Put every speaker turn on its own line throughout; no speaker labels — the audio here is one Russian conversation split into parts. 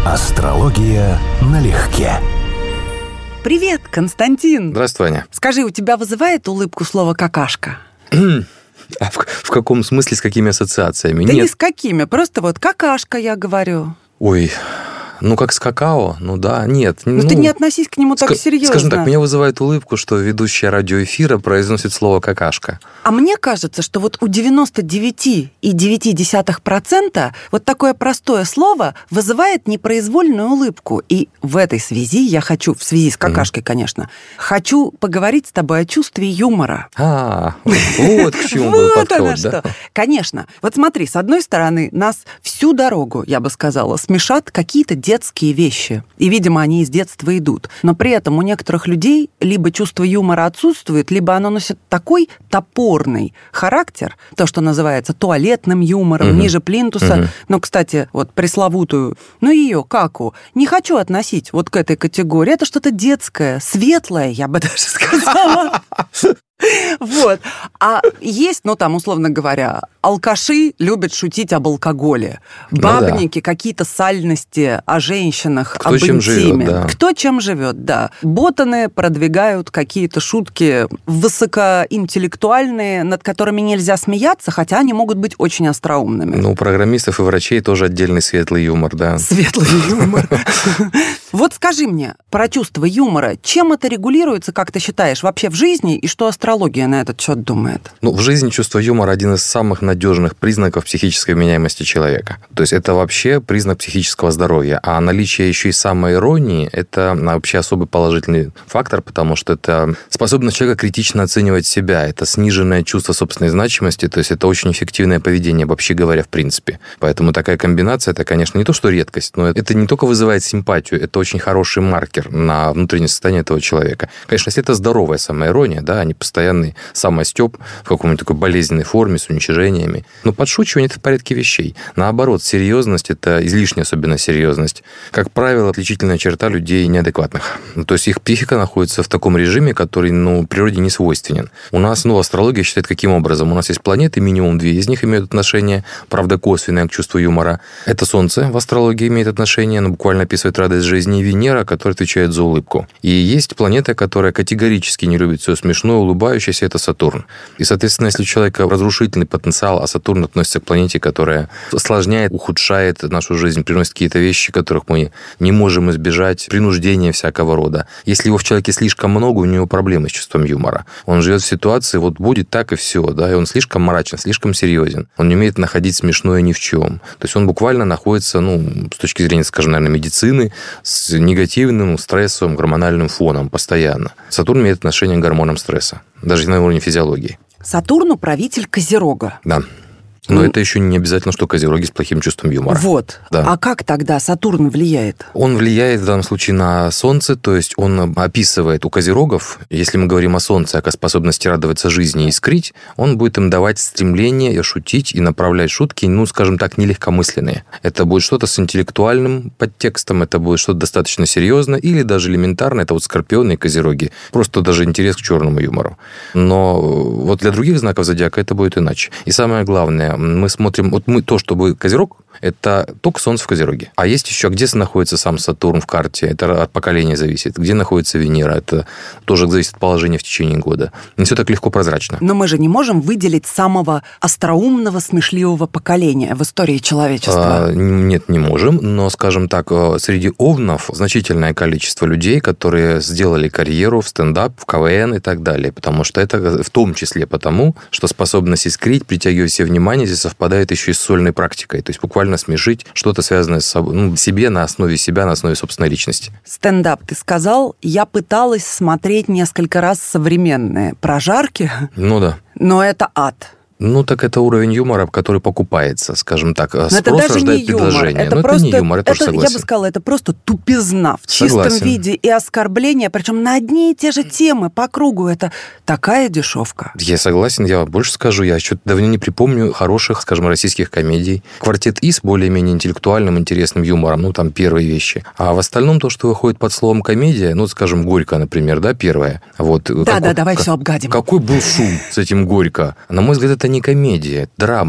Астрология налегке.
Привет, Константин.
Здравствуй, Аня.
Скажи, у тебя вызывает улыбку слово «какашка»?
А в каком смысле, с какими ассоциациями?
Да
Нет.
не с какими, просто вот «какашка», я говорю.
Ой, как с какао, да, нет.
Ты не относись к нему так серьезно.
Скажем так, меня вызывает улыбку, что ведущая радиоэфира произносит слово «какашка».
А мне кажется, что вот у 99,9% вот такое простое слово вызывает непроизвольную улыбку. И в этой связи я хочу, в связи с какашкой, конечно, хочу поговорить с тобой о чувстве юмора.
Вот к чему был
Вот оно
подход, да?
что. Конечно. Вот смотри, с одной стороны, нас всю дорогу, я бы сказала, смешат какие-то детские вещи. И, видимо, они из детства идут. Но при этом у некоторых людей либо чувство юмора отсутствует, либо оно носит такой топорный характер, то, что называется туалетным юмором, ниже плинтуса. Но, кстати, вот пресловутую, ее, каку, не хочу относить вот к этой категории. Это что-то детское, светлое, я бы даже сказала. Вот. А есть, условно говоря, алкаши любят шутить об алкоголе. Бабники какие-то сальности о женщинах, об интиме.
Живет, да.
Кто чем живет, да. Ботаны продвигают какие-то шутки высокоинтеллектуальные, над которыми нельзя смеяться, хотя они могут быть очень остроумными.
У программистов и врачей тоже отдельный светлый юмор, да.
Светлый юмор. Вот скажи мне про чувство юмора. Чем это регулируется, как ты считаешь, вообще в жизни, и что астрология на этот счет думает?
В жизни чувство юмора один из самых надежных признаков психической вменяемости человека. То есть это вообще признак психического здоровья. А наличие еще и самоиронии – это вообще особый положительный фактор, потому что это способность человека критично оценивать себя. Это сниженное чувство собственной значимости, то есть это очень эффективное поведение, вообще говоря, в принципе. Поэтому такая комбинация – это, конечно, не то, что редкость, но это не только вызывает симпатию, это очень хороший маркер на внутреннее состояние этого человека. Конечно, если это здоровая самоирония, да, а не постоянный самостёб в какой-нибудь такой болезненной форме с уничижениями. Но подшучивание – это в порядке вещей. Наоборот, серьезность – это излишняя особенно серьезность. Как правило, отличительная черта людей неадекватных. То есть их психика находится в таком режиме, который, природе не свойственен. У нас, астрология считает каким образом? У нас есть планеты, минимум 2 из них имеют отношение, правда, косвенное к чувству юмора. Это Солнце в астрологии имеет отношение, оно буквально описывает радость жизни, и Венера, которая отвечает за улыбку. И есть планета, которая категорически не любит все смешное, улыбающееся, это Сатурн. И, соответственно, если у человека разрушительный потенциал, а Сатурн относится к планете, которая осложняет, ухудшает нашу жизнь, приносит какие-то вещи, которых мы не можем избежать, принуждение всякого рода. Если его в человеке слишком много, у него проблемы с чувством юмора. Он живет в ситуации, будет так и все, да, и он слишком мрачен, слишком серьезен. Он не умеет находить смешное ни в чем. То есть он буквально находится, с точки зрения, скажем, наверное, медицины, с негативным стрессовым гормональным фоном постоянно. Сатурн имеет отношение к гормонам стресса, даже на уровне физиологии.
Сатурн – управитель Козерога.
Да. Но это еще не обязательно, что козероги с плохим чувством юмора.
Вот.
Да.
А как тогда Сатурн влияет?
Он влияет в данном случае на Солнце, то есть он описывает у козерогов, если мы говорим о Солнце, о способности радоваться жизни и искрить, он будет им давать стремление шутить и направлять шутки, скажем так, нелегкомысленные. Это будет что-то с интеллектуальным подтекстом, это будет что-то достаточно серьезное или даже элементарно, это Скорпионы и Козероги. Просто даже интерес к черному юмору. Но для других знаков зодиака это будет иначе. И самое главное, мы смотрим, то, что будет Козерог, это только Солнце в Козероге. А есть еще, где находится сам Сатурн в карте, это от поколения зависит. Где находится Венера, это тоже зависит от положения в течение года. Не все так легко прозрачно.
Но мы же не можем выделить самого остроумного, смешливого поколения в истории человечества.
Нет, не можем, но, скажем так, среди овнов значительное количество людей, которые сделали карьеру в стендап, в КВН и так далее, потому что это в том числе потому, что способность искрить, притягивать все внимание, здесь совпадает еще и с сольной практикой, то есть буквально смешить что-то связанное с собой, себе, на основе себя, на основе собственной личности.
Стендап, ты сказал, я пыталась смотреть несколько раз современные прожарки.
Да.
Но это ад.
Так это уровень юмора, который покупается, скажем так.
Но
спрос рождает предложение.
Это
не юмор, я тоже согласен.
Я бы сказала, это просто тупизна в чистом виде и оскорбление, причем на одни и те же темы по кругу. Это такая дешевка.
Я согласен, я больше скажу. Я что-то давно не припомню хороших, скажем, российских комедий. «Квартет И» с более-менее интеллектуальным, интересным юмором, там первые вещи. А в остальном то, что выходит под словом комедия, скажем, «Горько», например, да, первое.
Давай все обгадим.
Какой был шум с этим «Горько»? На мой взгляд, это не комедия, это драма.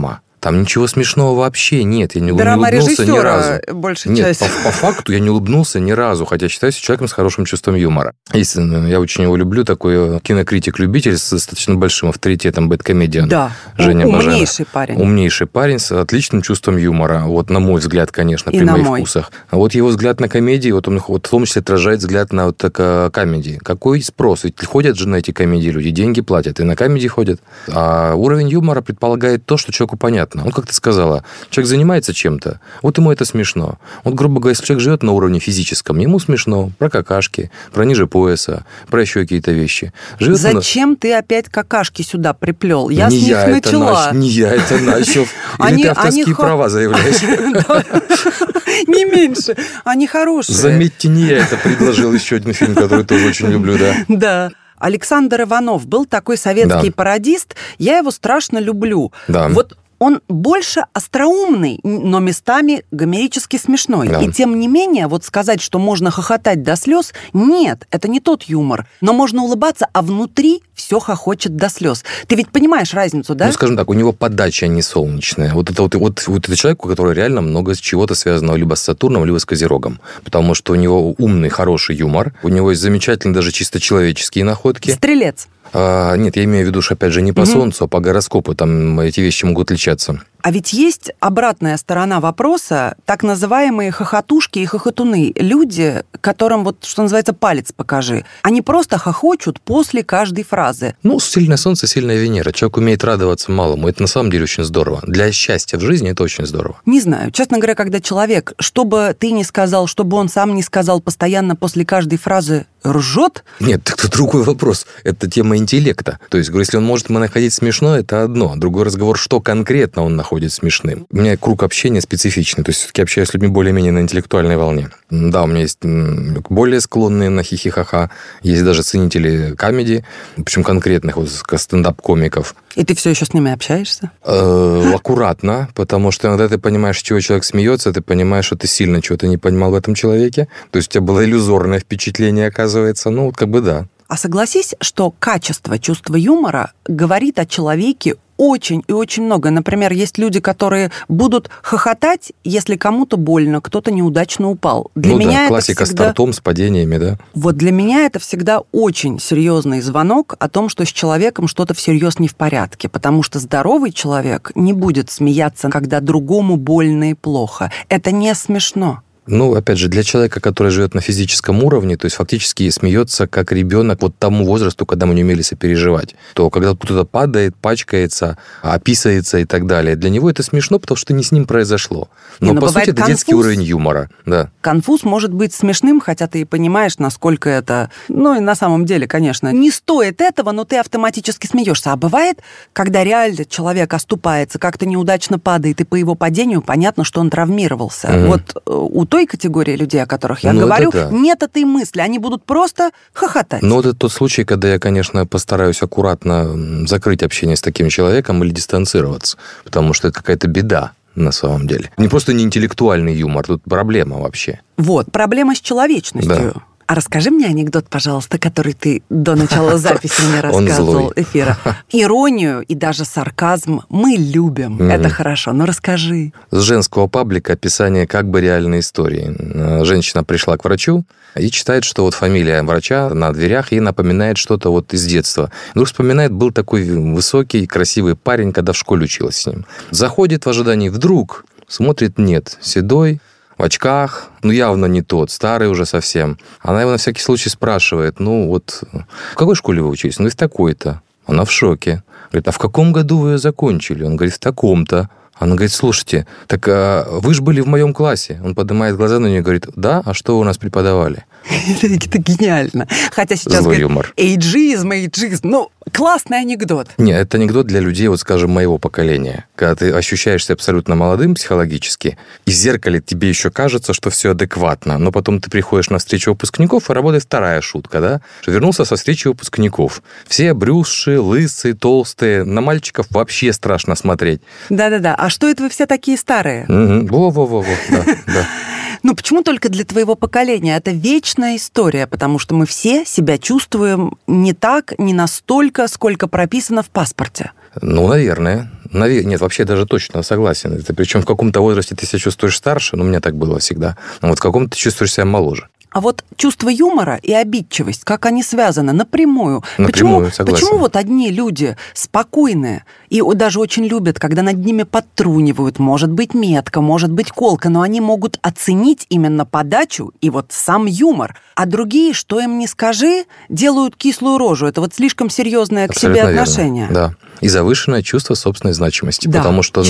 Там ничего смешного вообще нет. Я не
Драма
улыбнулся ни разу.
Большая часть.
Нет, по факту я не улыбнулся ни разу, хотя считаюсь человеком с хорошим чувством юмора. Естественно, я очень его люблю, такой кинокритик-любитель с достаточно большим авторитетом, бэдкомедиан.
Да,
Женя
умнейший парень.
Умнейший парень с отличным чувством юмора. Вот на мой взгляд, конечно, при моих вкусах. А вот его взгляд на комедии, вот он вот в том числе отражает взгляд на вот комедии. Какой спрос? Ведь ходят же на эти комедии люди, деньги платят, и на комедии ходят. А уровень юмора предполагает то, что человеку понятно. Вот как ты сказала, человек занимается чем-то, вот ему это смешно. Вот, грубо говоря, если человек живет на уровне физическом, ему смешно про какашки, про ниже пояса, про еще какие-то вещи.
Зачем ты опять какашки сюда приплел? Я с них начала.
Не я это начал. Или ты авторские права заявляешь?
Не меньше. Они хорошие.
Заметьте, не я это предложил. Еще один фильм, который тоже очень люблю, да.
Да. Александр Иванов был такой советский пародист. Я его страшно люблю.
Да.
Вот он больше остроумный, но местами гомерически смешной.
Да.
И тем не менее, вот сказать, что можно хохотать до слез, нет, это не тот юмор. Но можно улыбаться, а внутри все хохочет до слез. Ты ведь понимаешь разницу, да?
Ну, скажем так, у него подача не солнечная. Вот это человек, у которого реально много чего-то связанного либо с Сатурном, либо с Козерогом. Потому что у него умный, хороший юмор. У него есть замечательные даже чисто человеческие находки.
Стрелец.
Нет, я имею в виду, что, опять же, не по Солнцу, а по гороскопу. Там эти вещи могут отличаться.
А ведь есть обратная сторона вопроса, так называемые хохотушки и хохотуны. Люди, которым, вот, что называется, палец покажи. Они просто хохочут после каждой фразы.
Ну, сильное Солнце, сильная Венера. Человек умеет радоваться малому. Это на самом деле очень здорово. Для счастья в жизни это очень здорово.
Не знаю. Честно говоря, когда человек, что бы ты ни сказал, что бы он сам не сказал, постоянно после каждой фразы ржет...
Нет, так это другой вопрос. Это тема интеллекта. То есть, если он может находить смешно, это одно. Другой разговор, что конкретно он находит смешным. У меня круг общения специфичный. То есть, все-таки общаюсь с людьми более-менее на интеллектуальной волне. Да, у меня есть более склонные на хихи-ха-ха. Есть даже ценители комедии, причем конкретных вот стендап-комиков.
И ты все еще с ними общаешься?
Аккуратно, потому что иногда ты понимаешь, с чего человек смеется, ты понимаешь, что ты сильно чего-то не понимал в этом человеке. То есть у тебя было иллюзорное впечатление, оказывается. Ну, как бы да.
А согласись, что качество чувства юмора говорит о человеке очень и очень много. Например, есть люди, которые будут хохотать, если кому-то больно, кто-то неудачно упал. Для меня
классика
это всегда...
с тортом, с падениями, да?
Вот для меня это всегда очень серьезный звонок о том, что с человеком что-то всерьез не в порядке, потому что здоровый человек не будет смеяться, когда другому больно и плохо. Это не смешно.
Ну, опять же, для человека, который живет на физическом уровне, то есть фактически смеется как ребенок вот тому возрасту, когда мы не умели сопереживать, то когда кто-то падает, пачкается, описывается и так далее, для него это смешно, потому что не с ним произошло. Но по сути, это детский уровень юмора. Да.
Конфуз может быть смешным, хотя ты и понимаешь, насколько это... Ну, и на самом деле, конечно, не стоит этого, но ты автоматически смеешься. А бывает, когда реально человек оступается, как-то неудачно падает, и по его падению понятно, что он травмировался. Вот у той категории людей, о которых я говорю, нет этой мысли. Они будут просто хохотать.
Ну, вот это тот случай, когда я, конечно, постараюсь аккуратно закрыть общение с таким человеком или дистанцироваться, потому что это какая-то беда на самом деле. Не просто не интеллектуальный юмор, тут проблема вообще.
Вот, проблема с человечностью. Да. А расскажи мне анекдот, пожалуйста, который ты до начала записи мне рассказывал, эфира. Иронию и даже сарказм мы любим. Это хорошо. Ну, расскажи.
С женского паблика описание как бы реальной истории. Женщина пришла к врачу и читает, что вот фамилия врача на дверях ей напоминает что-то вот из детства. Вдруг вспоминает, был такой высокий, красивый парень, когда в школе училась с ним. Заходит в ожидании, вдруг смотрит, нет, седой, в очках, ну, явно не тот, старый уже совсем. Она его на всякий случай спрашивает, ну, вот, в какой школе вы учились? Ну, в такой-то. Она в шоке. Говорит, а в каком году вы ее закончили? Он говорит, в таком-то. Она говорит, слушайте, так вы же были в моем классе. Он поднимает глаза на нее и говорит, да, а что вы у нас преподавали?
Это гениально. Хотя сейчас
злой юмор.
Эйджизм. Ну, классный анекдот.
Нет, это анекдот для людей, вот, скажем, моего поколения. Когда ты ощущаешься абсолютно молодым психологически, и в зеркале тебе еще кажется, что все адекватно, но потом ты приходишь на встречу выпускников, и работает вторая шутка, да? Что вернулся со встречи выпускников. Все обрюзшие, лысые, толстые, на мальчиков вообще страшно смотреть.
Да-да-да. А что это вы все такие старые?
Во-во-во, да.
Ну, почему только для твоего поколения? Это вечная история, потому что мы все себя чувствуем не так, не настолько, сколько прописано в паспорте.
Ну, наверное. Нет, вообще даже точно согласен. Это причем в каком-то возрасте ты себя чувствуешь старше, у меня так было всегда, но вот в каком-то ты чувствуешь себя моложе.
А вот чувство юмора и обидчивость, как они связаны напрямую?
Напрямую, согласен.
Почему вот одни люди спокойные и даже очень любят, когда над ними подтрунивают, может быть метко, может быть колко, но они могут оценить именно подачу и вот сам юмор, а другие, что им не скажи, делают кислую рожу. Это вот слишком серьезное к себе отношение.
Да. И завышенное чувство собственной значимости.
Да,
потому что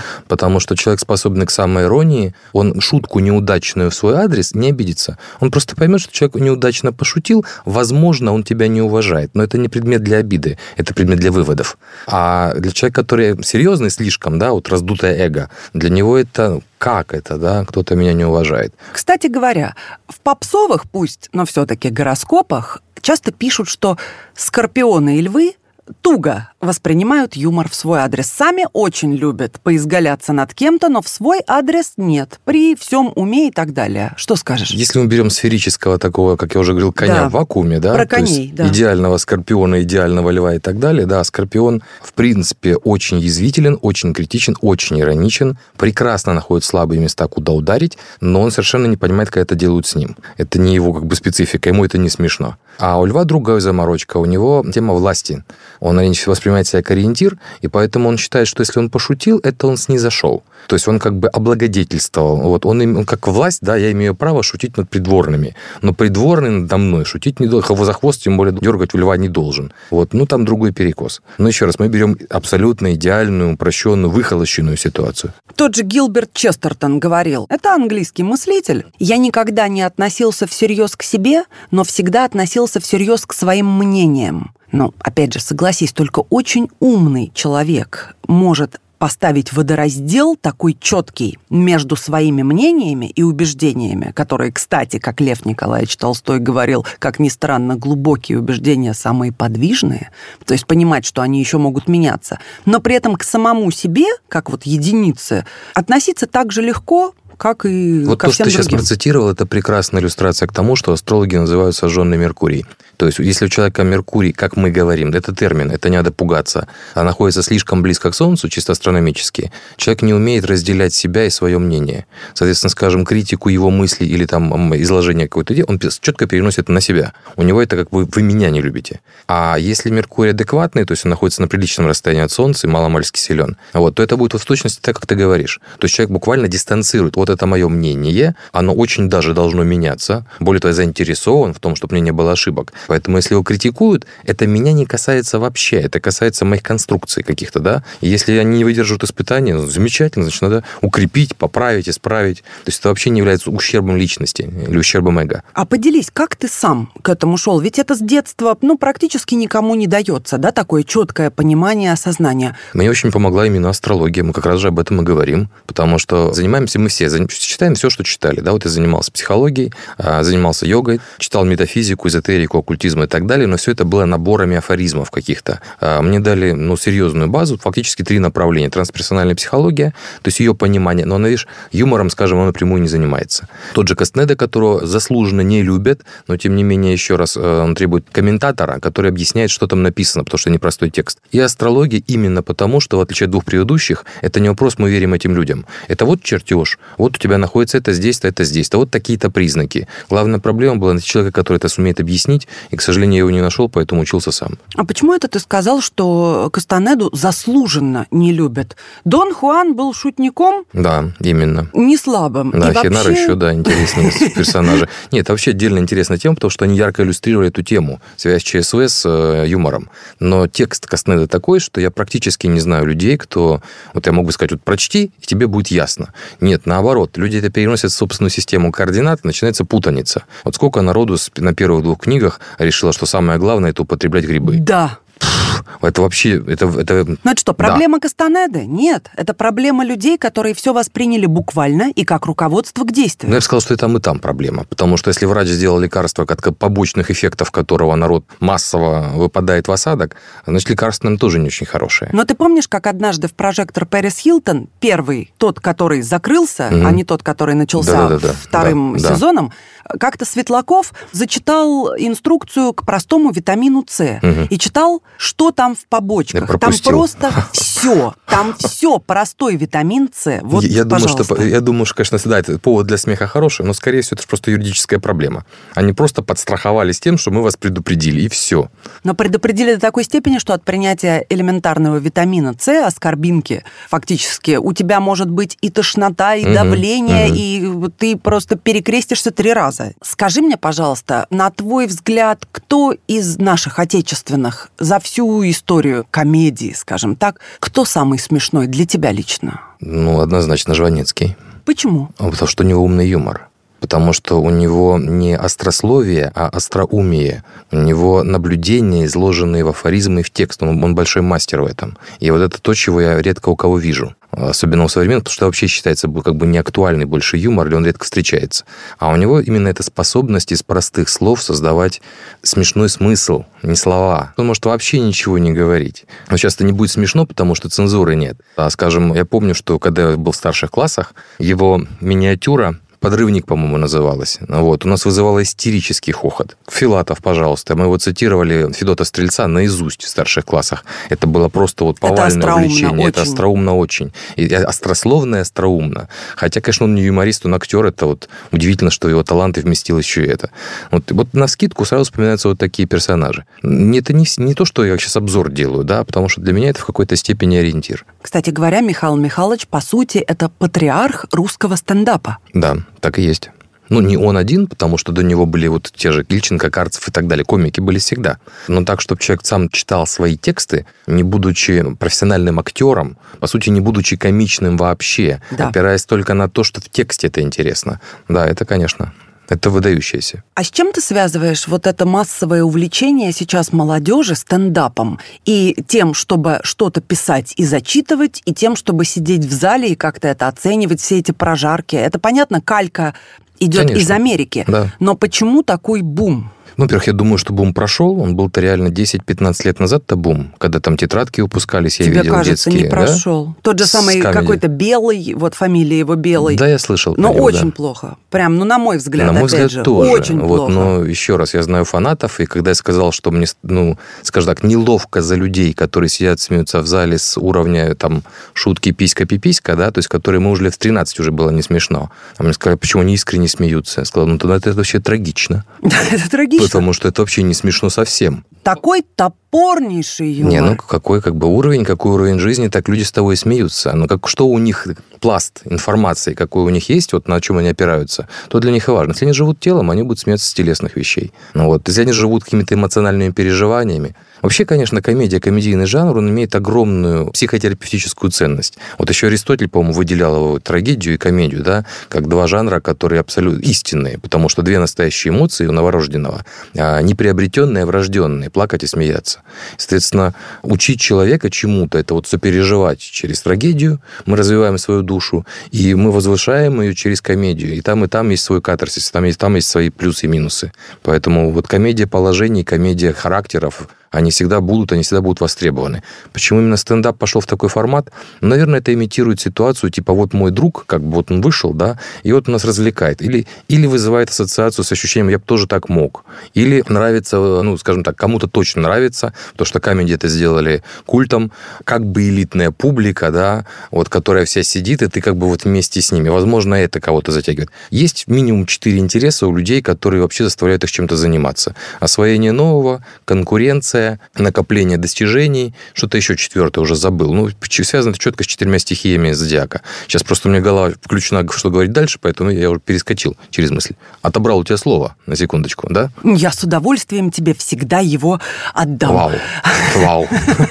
человек, способный к самоиронии, он шутку неудачную в свой адрес не обидится. Он просто поймет, что человек неудачно пошутил, возможно, он тебя не уважает. Но это не предмет для обиды, это предмет для выводов. А для человека, который серьезный слишком, да, вот раздутое эго, для него это... Как это, да? Кто-то меня не уважает.
Кстати говоря, в попсовых, пусть, но все-таки гороскопах часто пишут, что скорпионы и львы туго воспринимают юмор в свой адрес. Сами очень любят поизгаляться над кем-то, но в свой адрес нет. При всем уме и так далее. Что скажешь?
Если мы берем сферического такого, как я уже говорил, коня в вакууме, да?
Про коней,
то есть идеального скорпиона, идеального льва и так далее, да, скорпион, в принципе, очень язвителен, очень критичен, очень ироничен, прекрасно находит слабые места, куда ударить, но он совершенно не понимает, как это делают с ним. Это не его специфика, ему это не смешно. А у льва другая заморочка, у него тема власти. Он воспринимает себя как ориентир, и поэтому он считает, что если он пошутил, это он снизошел. То есть он облагодетельствовал. Вот он как власть, да, я имею право шутить над придворными. Но придворный надо мной шутить не должен, его за хвост, тем более дергать у льва не должен. Вот, там другой перекос. Но еще раз, мы берем абсолютно идеальную, упрощенную, выхолощенную ситуацию.
Тот же Гилберт Честертон говорил, это английский мыслитель, я никогда не относился всерьез к себе, но всегда относился всерьез к своим мнениям. Но, опять же, согласись, только очень умный человек может поставить водораздел такой четкий между своими мнениями и убеждениями, которые, кстати, как Лев Николаевич Толстой говорил, как ни странно, глубокие убеждения самые подвижные, то есть понимать, что они еще могут меняться, но при этом к самому себе, как вот единице, относиться так же легко, как и
вот
ко всем другим. Вот то, что ты
сейчас процитировал, это прекрасная иллюстрация к тому, что астрологи называют сожженный Меркурий. То есть, если у человека Меркурий, как мы говорим, это термин, это не надо пугаться, а находится слишком близко к Солнцу, чисто астрономически, человек не умеет разделять себя и свое мнение. Соответственно, скажем, критику его мыслей или изложение какой-то идеи, он четко переносит на себя. У него это как бы вы меня не любите. А если Меркурий адекватный, то есть он находится на приличном расстоянии от Солнца и маломальски силен, то это будет в точности так, как ты говоришь. То есть человек буквально дистанцирует. Вот это мое мнение, оно очень даже должно меняться. Более того, я заинтересован в том, чтобы мне не было ошибок. Поэтому, если его критикуют, это меня не касается вообще. Это касается моих конструкций каких-то, да. И если они не выдержат испытания, замечательно, значит, надо укрепить, поправить, исправить. То есть это вообще не является ущербом личности или ущербом эго.
А поделись, как ты сам к этому шел? Ведь это с детства, практически никому не дается, да, такое четкое понимание, осознание.
Мне очень помогла именно астрология. Мы как раз же об этом и говорим. Потому что занимаемся мы все, читаем все, что читали. Да, вот я занимался психологией, занимался йогой, читал метафизику, эзотерику, оккультизм и так далее, но все это было наборами афоризмов каких-то. Мне дали серьезную базу, фактически 3 направления. Трансперсональная психология, то есть ее понимание, но она, видишь, юмором, скажем, он напрямую не занимается. Тот же Кастанеда, которого заслуженно не любят, но тем не менее, еще раз, он требует комментатора, который объясняет, что там написано, потому что это непростой текст. И астрология именно потому, что, в отличие от 2 предыдущих, это не вопрос, мы верим этим людям. Это вот чертеж, вот у тебя находится это здесь-то, вот такие-то признаки. Главная проблема была найти человека, который это сумеет объяснить, и, к сожалению, я его не нашел, поэтому учился сам. А
почему это ты сказал, что Кастанеду заслуженно не любят? Дон Хуан был шутником?
Да, именно.
Не слабым.
Да,
и
Хенар
вообще...
еще, да, интереснее персонажи. Нет, вообще отдельно интересная тема, потому что они ярко иллюстрировали эту тему, связь ЧСВ с юмором. Но текст Кастанеды такой, что я практически не знаю людей, кто... Вот я мог бы сказать, прочти, и тебе будет ясно. Нет, наоборот, люди это переносят в собственную систему координат, начинается путаница. Вот сколько народу на первых 2 книгах решила, что самое главное – это употреблять грибы.
Да.
Это вообще...
Ну это что, проблема Кастанеды? Нет, это проблема людей, которые все восприняли буквально и как руководство к действию.
Я бы сказал, что и там проблема. Потому что если врач сделал лекарство, как побочных эффектов которого народ массово выпадает в осадок, значит, лекарство, наверное, тоже не очень хорошее.
Но ты помнишь, как однажды в «Прожектор» Пэрис Хилтон, первый, тот, который закрылся, а не тот, который начался вторым сезоном, как-то Светлаков зачитал инструкцию к простому витамину С и читал, что что там в побочках? Там просто все. Там все. Простой витамин С. Вот,
я думаю, что, конечно, да, это повод для смеха хороший, но, скорее всего, это просто юридическая проблема. Они просто подстраховались тем, что мы вас предупредили, и все.
Но предупредили до такой степени, что от принятия элементарного витамина С, аскорбинки, фактически, у тебя может быть и тошнота, и давление, и ты просто перекрестишься 3 раза. Скажи мне, пожалуйста, на твой взгляд, кто из наших отечественных за всю историю комедии, скажем так, кто самый смешной для тебя лично?
Ну, однозначно, Жванецкий.
Почему?
Потому что у него умный юмор. Потому что у него не острословие, а остроумие. У него наблюдения, изложенные в афоризмы и в текст. Он большой мастер в этом. И вот это то, чего я редко у кого вижу. Особенно у современных, потому что вообще считается как бы неактуальный больше юмор, или он редко встречается. А у него именно эта способность из простых слов создавать смешной смысл, не слова. Он может вообще ничего не говорить. Но сейчас это не будет смешно, потому что цензуры нет. Скажем, я помню, что когда я был в старших классах, его миниатюра «Подрывник», по-моему, называлась. Вот. У нас вызывало истерический хохот. Филатов, пожалуйста. Мы его цитировали, Федота Стрельца, наизусть в старших классах. Это было просто вот повальное увлечение. Это остроумно очень. И острословно и остроумно. Хотя, конечно, он не юморист, он актер. Это вот удивительно, что его таланты вместил еще и это. Вот навскидку сразу вспоминаются вот такие персонажи. Это не то, что я сейчас обзор делаю, да, потому что для меня это в какой-то степени ориентир.
Кстати говоря, Михаил Михайлович, по сути, это патриарх русского стендапа.
Да. Так и есть. Ну, не он один, потому что до него были вот те же Ильченко, Карцев и так далее. Комики были всегда. Но так, чтобы человек сам читал свои тексты, не будучи профессиональным актером, по сути, не будучи комичным вообще, опираясь только на то, что в тексте это интересно. Да, это, конечно... Это выдающееся.
А с чем ты связываешь вот это массовое увлечение сейчас молодежи стендапом и тем, чтобы что-то писать и зачитывать, и тем, чтобы сидеть в зале и как-то это оценивать, все эти прожарки? Это, понятно, калька идет Конечно. Из Америки.
Да.
Но почему такой бум?
Ну, во-первых, я думаю, что бум прошел. Он был-то реально 10-15 лет назад-то бум, когда там тетрадки выпускались, я видел
кажется,
детские.
Не прошел. Да? Тот же самый какой-то Белый, вот фамилия его Белый.
Да, я слышал.
Но очень плохо. Прям, на мой взгляд,
на мой взгляд,
же,
тоже.
Очень плохо.
Но еще раз, я знаю фанатов, и когда я сказал, что мне, скажем так, неловко за людей, которые сидят, смеются в зале с уровня там шутки писька-пиписька, да, то есть которые мы уже лет в 13 уже было не смешно. А мне сказали, почему они искренне смеются. Я сказал, тогда это вообще трагично.
Да, это трагично.
Потому что это вообще не смешно совсем.
Такой топорнейший юмор.
Не, какой какой уровень жизни, так люди с того и смеются. Но что у них, пласт информации, какой у них есть, вот на чем они опираются, то для них и важно. Если они живут телом, они будут смеяться с телесных вещей. Если они живут какими-то эмоциональными переживаниями. Вообще, конечно, комедийный жанр, он имеет огромную психотерапевтическую ценность. Вот еще Аристотель, по-моему, выделял его трагедию и комедию, да, как два жанра, которые абсолютно истинные, потому что две настоящие эмоции у новорожденного, неприобретенные, а врожденные, плакать и смеяться. Соответственно, учить человека чему-то, это вот сопереживать через трагедию, мы развиваем свою душу, и мы возвышаем ее через комедию. И там есть свой катарсис, там есть свои плюсы и минусы. Поэтому вот комедия положений, комедия характеров, они всегда будут востребованы. Почему именно стендап пошел в такой формат? Наверное, это имитирует ситуацию, типа, вот мой друг, как бы вот он вышел, да, и вот он нас развлекает. Или вызывает ассоциацию с ощущением, я бы тоже так мог. Или нравится, скажем так, кому-то точно нравится, потому что комедии это сделали культом, как бы элитная публика, да, вот, которая вся сидит, и ты как бы вот вместе с ними. Возможно, это кого-то затягивает. Есть минимум 4 интереса у людей, которые вообще заставляют их чем-то заниматься. Освоение нового, конкуренция, накопление достижений, что-то еще 4 уже забыл. Связано это четко с 4 стихиями зодиака. Сейчас просто у меня голова включена, что говорить дальше, поэтому я уже перескочил через мысль. Отобрал у тебя слово, на секундочку, да?
Я с удовольствием тебе всегда его отдам.
Вау.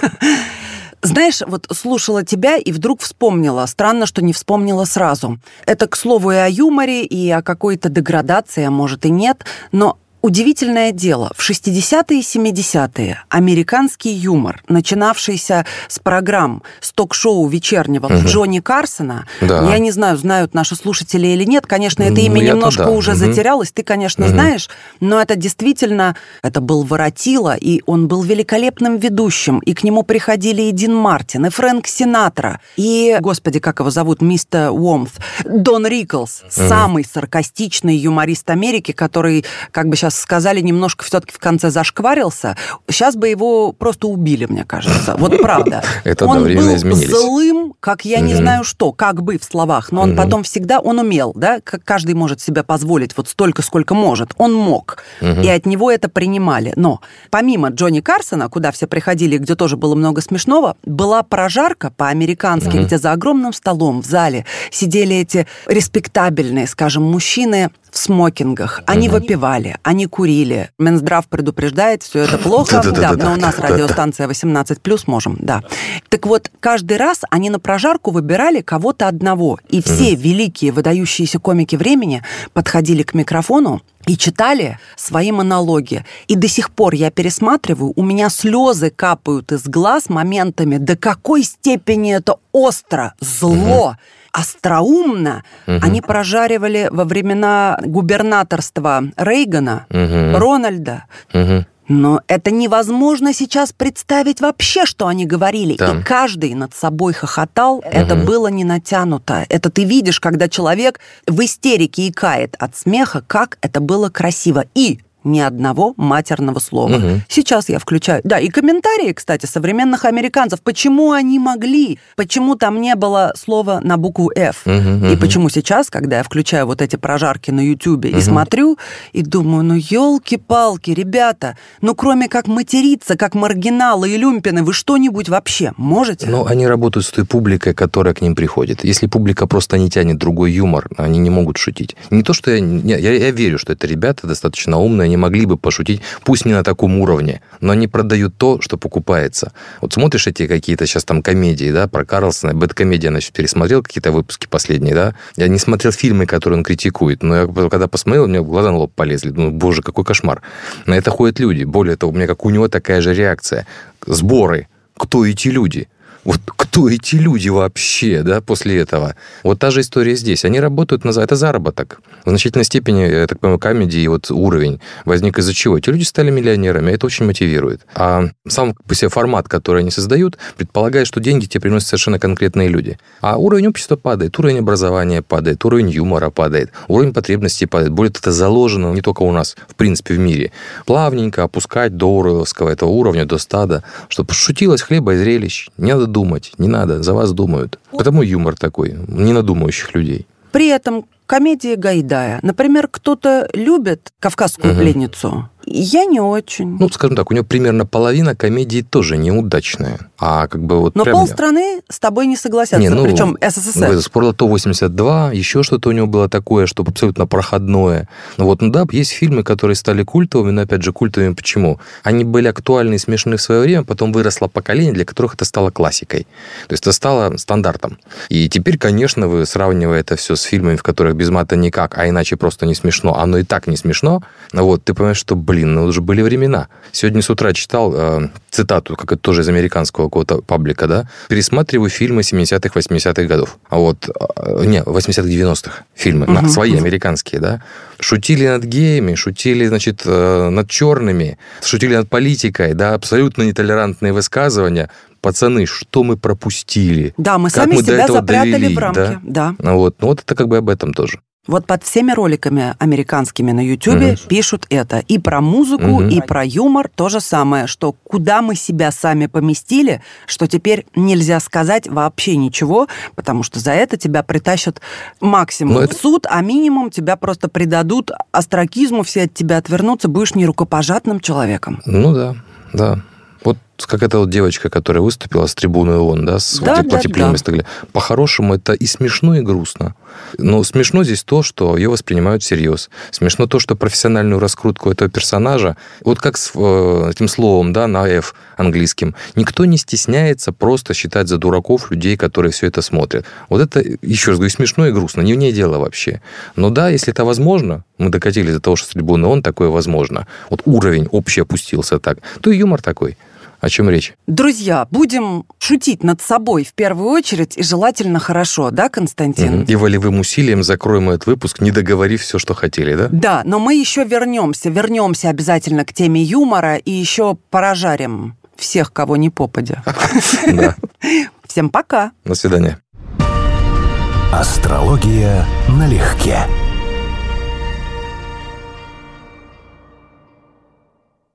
Знаешь, вот слушала тебя и вдруг вспомнила. Странно, что не вспомнила сразу. Это, к слову, и о юморе, и о какой-то деградации, а может и нет, но удивительное дело, в 60-е и 70-е американский юмор, начинавшийся с программ, с ток-шоу вечернего Джонни Карсона, я не знаю, знают наши слушатели или нет, конечно, это имя немножко уже затерялось, ты, конечно, знаешь, но это действительно, это был воротило, и он был великолепным ведущим, и к нему приходили и Дин Мартин, и Фрэнк Синатра, и, господи, как его зовут, мистер Уомф, Дон Риклс, самый саркастичный юморист Америки, который, как бы сейчас сейчас сказали, немножко все-таки в конце зашкварился, сейчас бы его просто убили, мне кажется. Вот правда.
Это
он
времена
был
изменились.
злым, как я не знаю что, как бы в словах, но он потом всегда, он умел, да, как каждый может себе позволить вот столько, сколько может. Он мог, и от него это принимали. Но помимо Джонни Карсона, куда все приходили, где тоже было много смешного, была прожарка по-американски, где за огромным столом в зале сидели эти респектабельные, скажем, мужчины в смокингах. Они выпивали, они курили. Минздрав предупреждает, все это плохо. Да, но у нас радиостанция 18+, можем, да. Так вот, каждый раз они на прожарку выбирали кого-то одного. И все великие, выдающиеся комики времени подходили к микрофону и читали свои монологи. И до сих пор я пересматриваю, у меня слезы капают из глаз моментами, до какой степени это остро, зло, остроумно. Они прожаривали во времена губернаторства Рейгана, Рональда. Но это невозможно сейчас представить вообще, что они говорили. Да. И каждый над собой хохотал. Это было не натянуто. Это ты видишь, когда человек в истерике икает от смеха, как это было красиво. И ни одного матерного слова. Сейчас я включаю... Да, и комментарии, кстати, современных американцев. Почему они могли? Почему там не было слова на букву «Ф»? И почему сейчас, когда я включаю вот эти прожарки на Ютубе и смотрю, и думаю, ну, елки-палки, ребята, ну, кроме как материться, как маргиналы и люмпины, вы что-нибудь вообще можете?
Ну, они работают с той публикой, которая к ним приходит. Если публика просто не тянет другой юмор, они не могут шутить. Не то, что я верю, что это ребята достаточно умные, они могли бы пошутить, пусть не на таком уровне, но они продают то, что покупается. Вот смотришь эти какие-то сейчас там комедии, да, про Карлсона, Бэдкомедия, значит, пересмотрел какие-то выпуски последние, да, я не смотрел фильмы, которые он критикует, но я когда посмотрел, у меня глаза на лоб полезли, думаю, боже, какой кошмар. На это ходят люди, более того, у меня как у него такая же реакция. Сборы. Кто эти люди? Вот кто эти люди вообще, да, после этого? Вот та же история здесь. Они работают это заработок. В значительной степени, я так понимаю, комедии, вот уровень возник из-за чего? Эти люди стали миллионерами, это очень мотивирует. А сам по себе формат, который они создают, предполагает, что деньги тебе приносят совершенно конкретные люди. А уровень общества падает, уровень образования падает, уровень юмора падает, уровень потребностей падает. Более того, это заложено не только у нас, в принципе, в мире. Плавненько опускать до уровневского этого уровня, до стада, чтобы пошутилось хлеба и зрелищ. Не надо думать, не надо, за вас думают. Потому юмор такой, не надумающих людей.
При этом комедии Гайдая. Например, кто-то любит «Кавказскую пленницу». Я не очень.
Ну, скажем так, у него примерно половина комедий тоже неудачная. А как бы вот
но
прям...
полстраны с тобой не согласятся, причем СССР.
Спортлото 82, еще что-то у него было такое, что абсолютно проходное. Вот, ну да, есть фильмы, которые стали культовыми, но опять же культовыми почему? Они были актуальны и смешны в свое время, потом выросло поколение, для которых это стало классикой. То есть это стало стандартом. И теперь, конечно, вы, сравнивая это все с фильмами, в которых без мата никак, а иначе просто не смешно, оно и так не смешно, вот, ты понимаешь, что, ну уже были времена. Сегодня с утра читал цитату, как это тоже из американского какого-то паблика, да, пересматриваю фильмы 70-х, 80-х годов. А вот, 80-х, 90-х фильмы, свои американские, да. Шутили над геями, шутили, значит, над черными, шутили над политикой, да, абсолютно нетолерантные высказывания. Пацаны, что мы пропустили?
Да, мы сами себя запрятали в рамки. Да.
Вот это как бы об этом тоже.
Вот под всеми роликами американскими на Ютубе пишут это. И про музыку, и про юмор то же самое, что куда мы себя сами поместили, что теперь нельзя сказать вообще ничего, потому что за это тебя притащат максимум в суд, а минимум тебя просто предадут остракизму, все от тебя отвернутся, будешь нерукопожатным человеком.
Ну да. Вот как эта вот девочка, которая выступила с трибуны ООН, да, с теплотерпимостью. По-хорошему, это и смешно, и грустно. Но смешно здесь то, что ее воспринимают всерьез. Смешно то, что профессиональную раскрутку этого персонажа, вот как с этим словом, да, на F английским, никто не стесняется просто считать за дураков людей, которые все это смотрят. Вот это, еще раз говорю, смешно и грустно. Не в ней дело вообще. Но да, если это возможно, мы докатились до того, что с трибуны ООН такое возможно, вот уровень общий опустился так, то и юмор такой. О чем речь?
Друзья, будем шутить над собой в первую очередь и желательно хорошо, да, Константин?
И волевым усилием закроем этот выпуск, не договорив все, что хотели, да?
Да, но мы еще вернемся обязательно к теме юмора и еще прожарим всех, кого не попадя.
Да.
Всем пока.
До свидания.
Астрология налегке.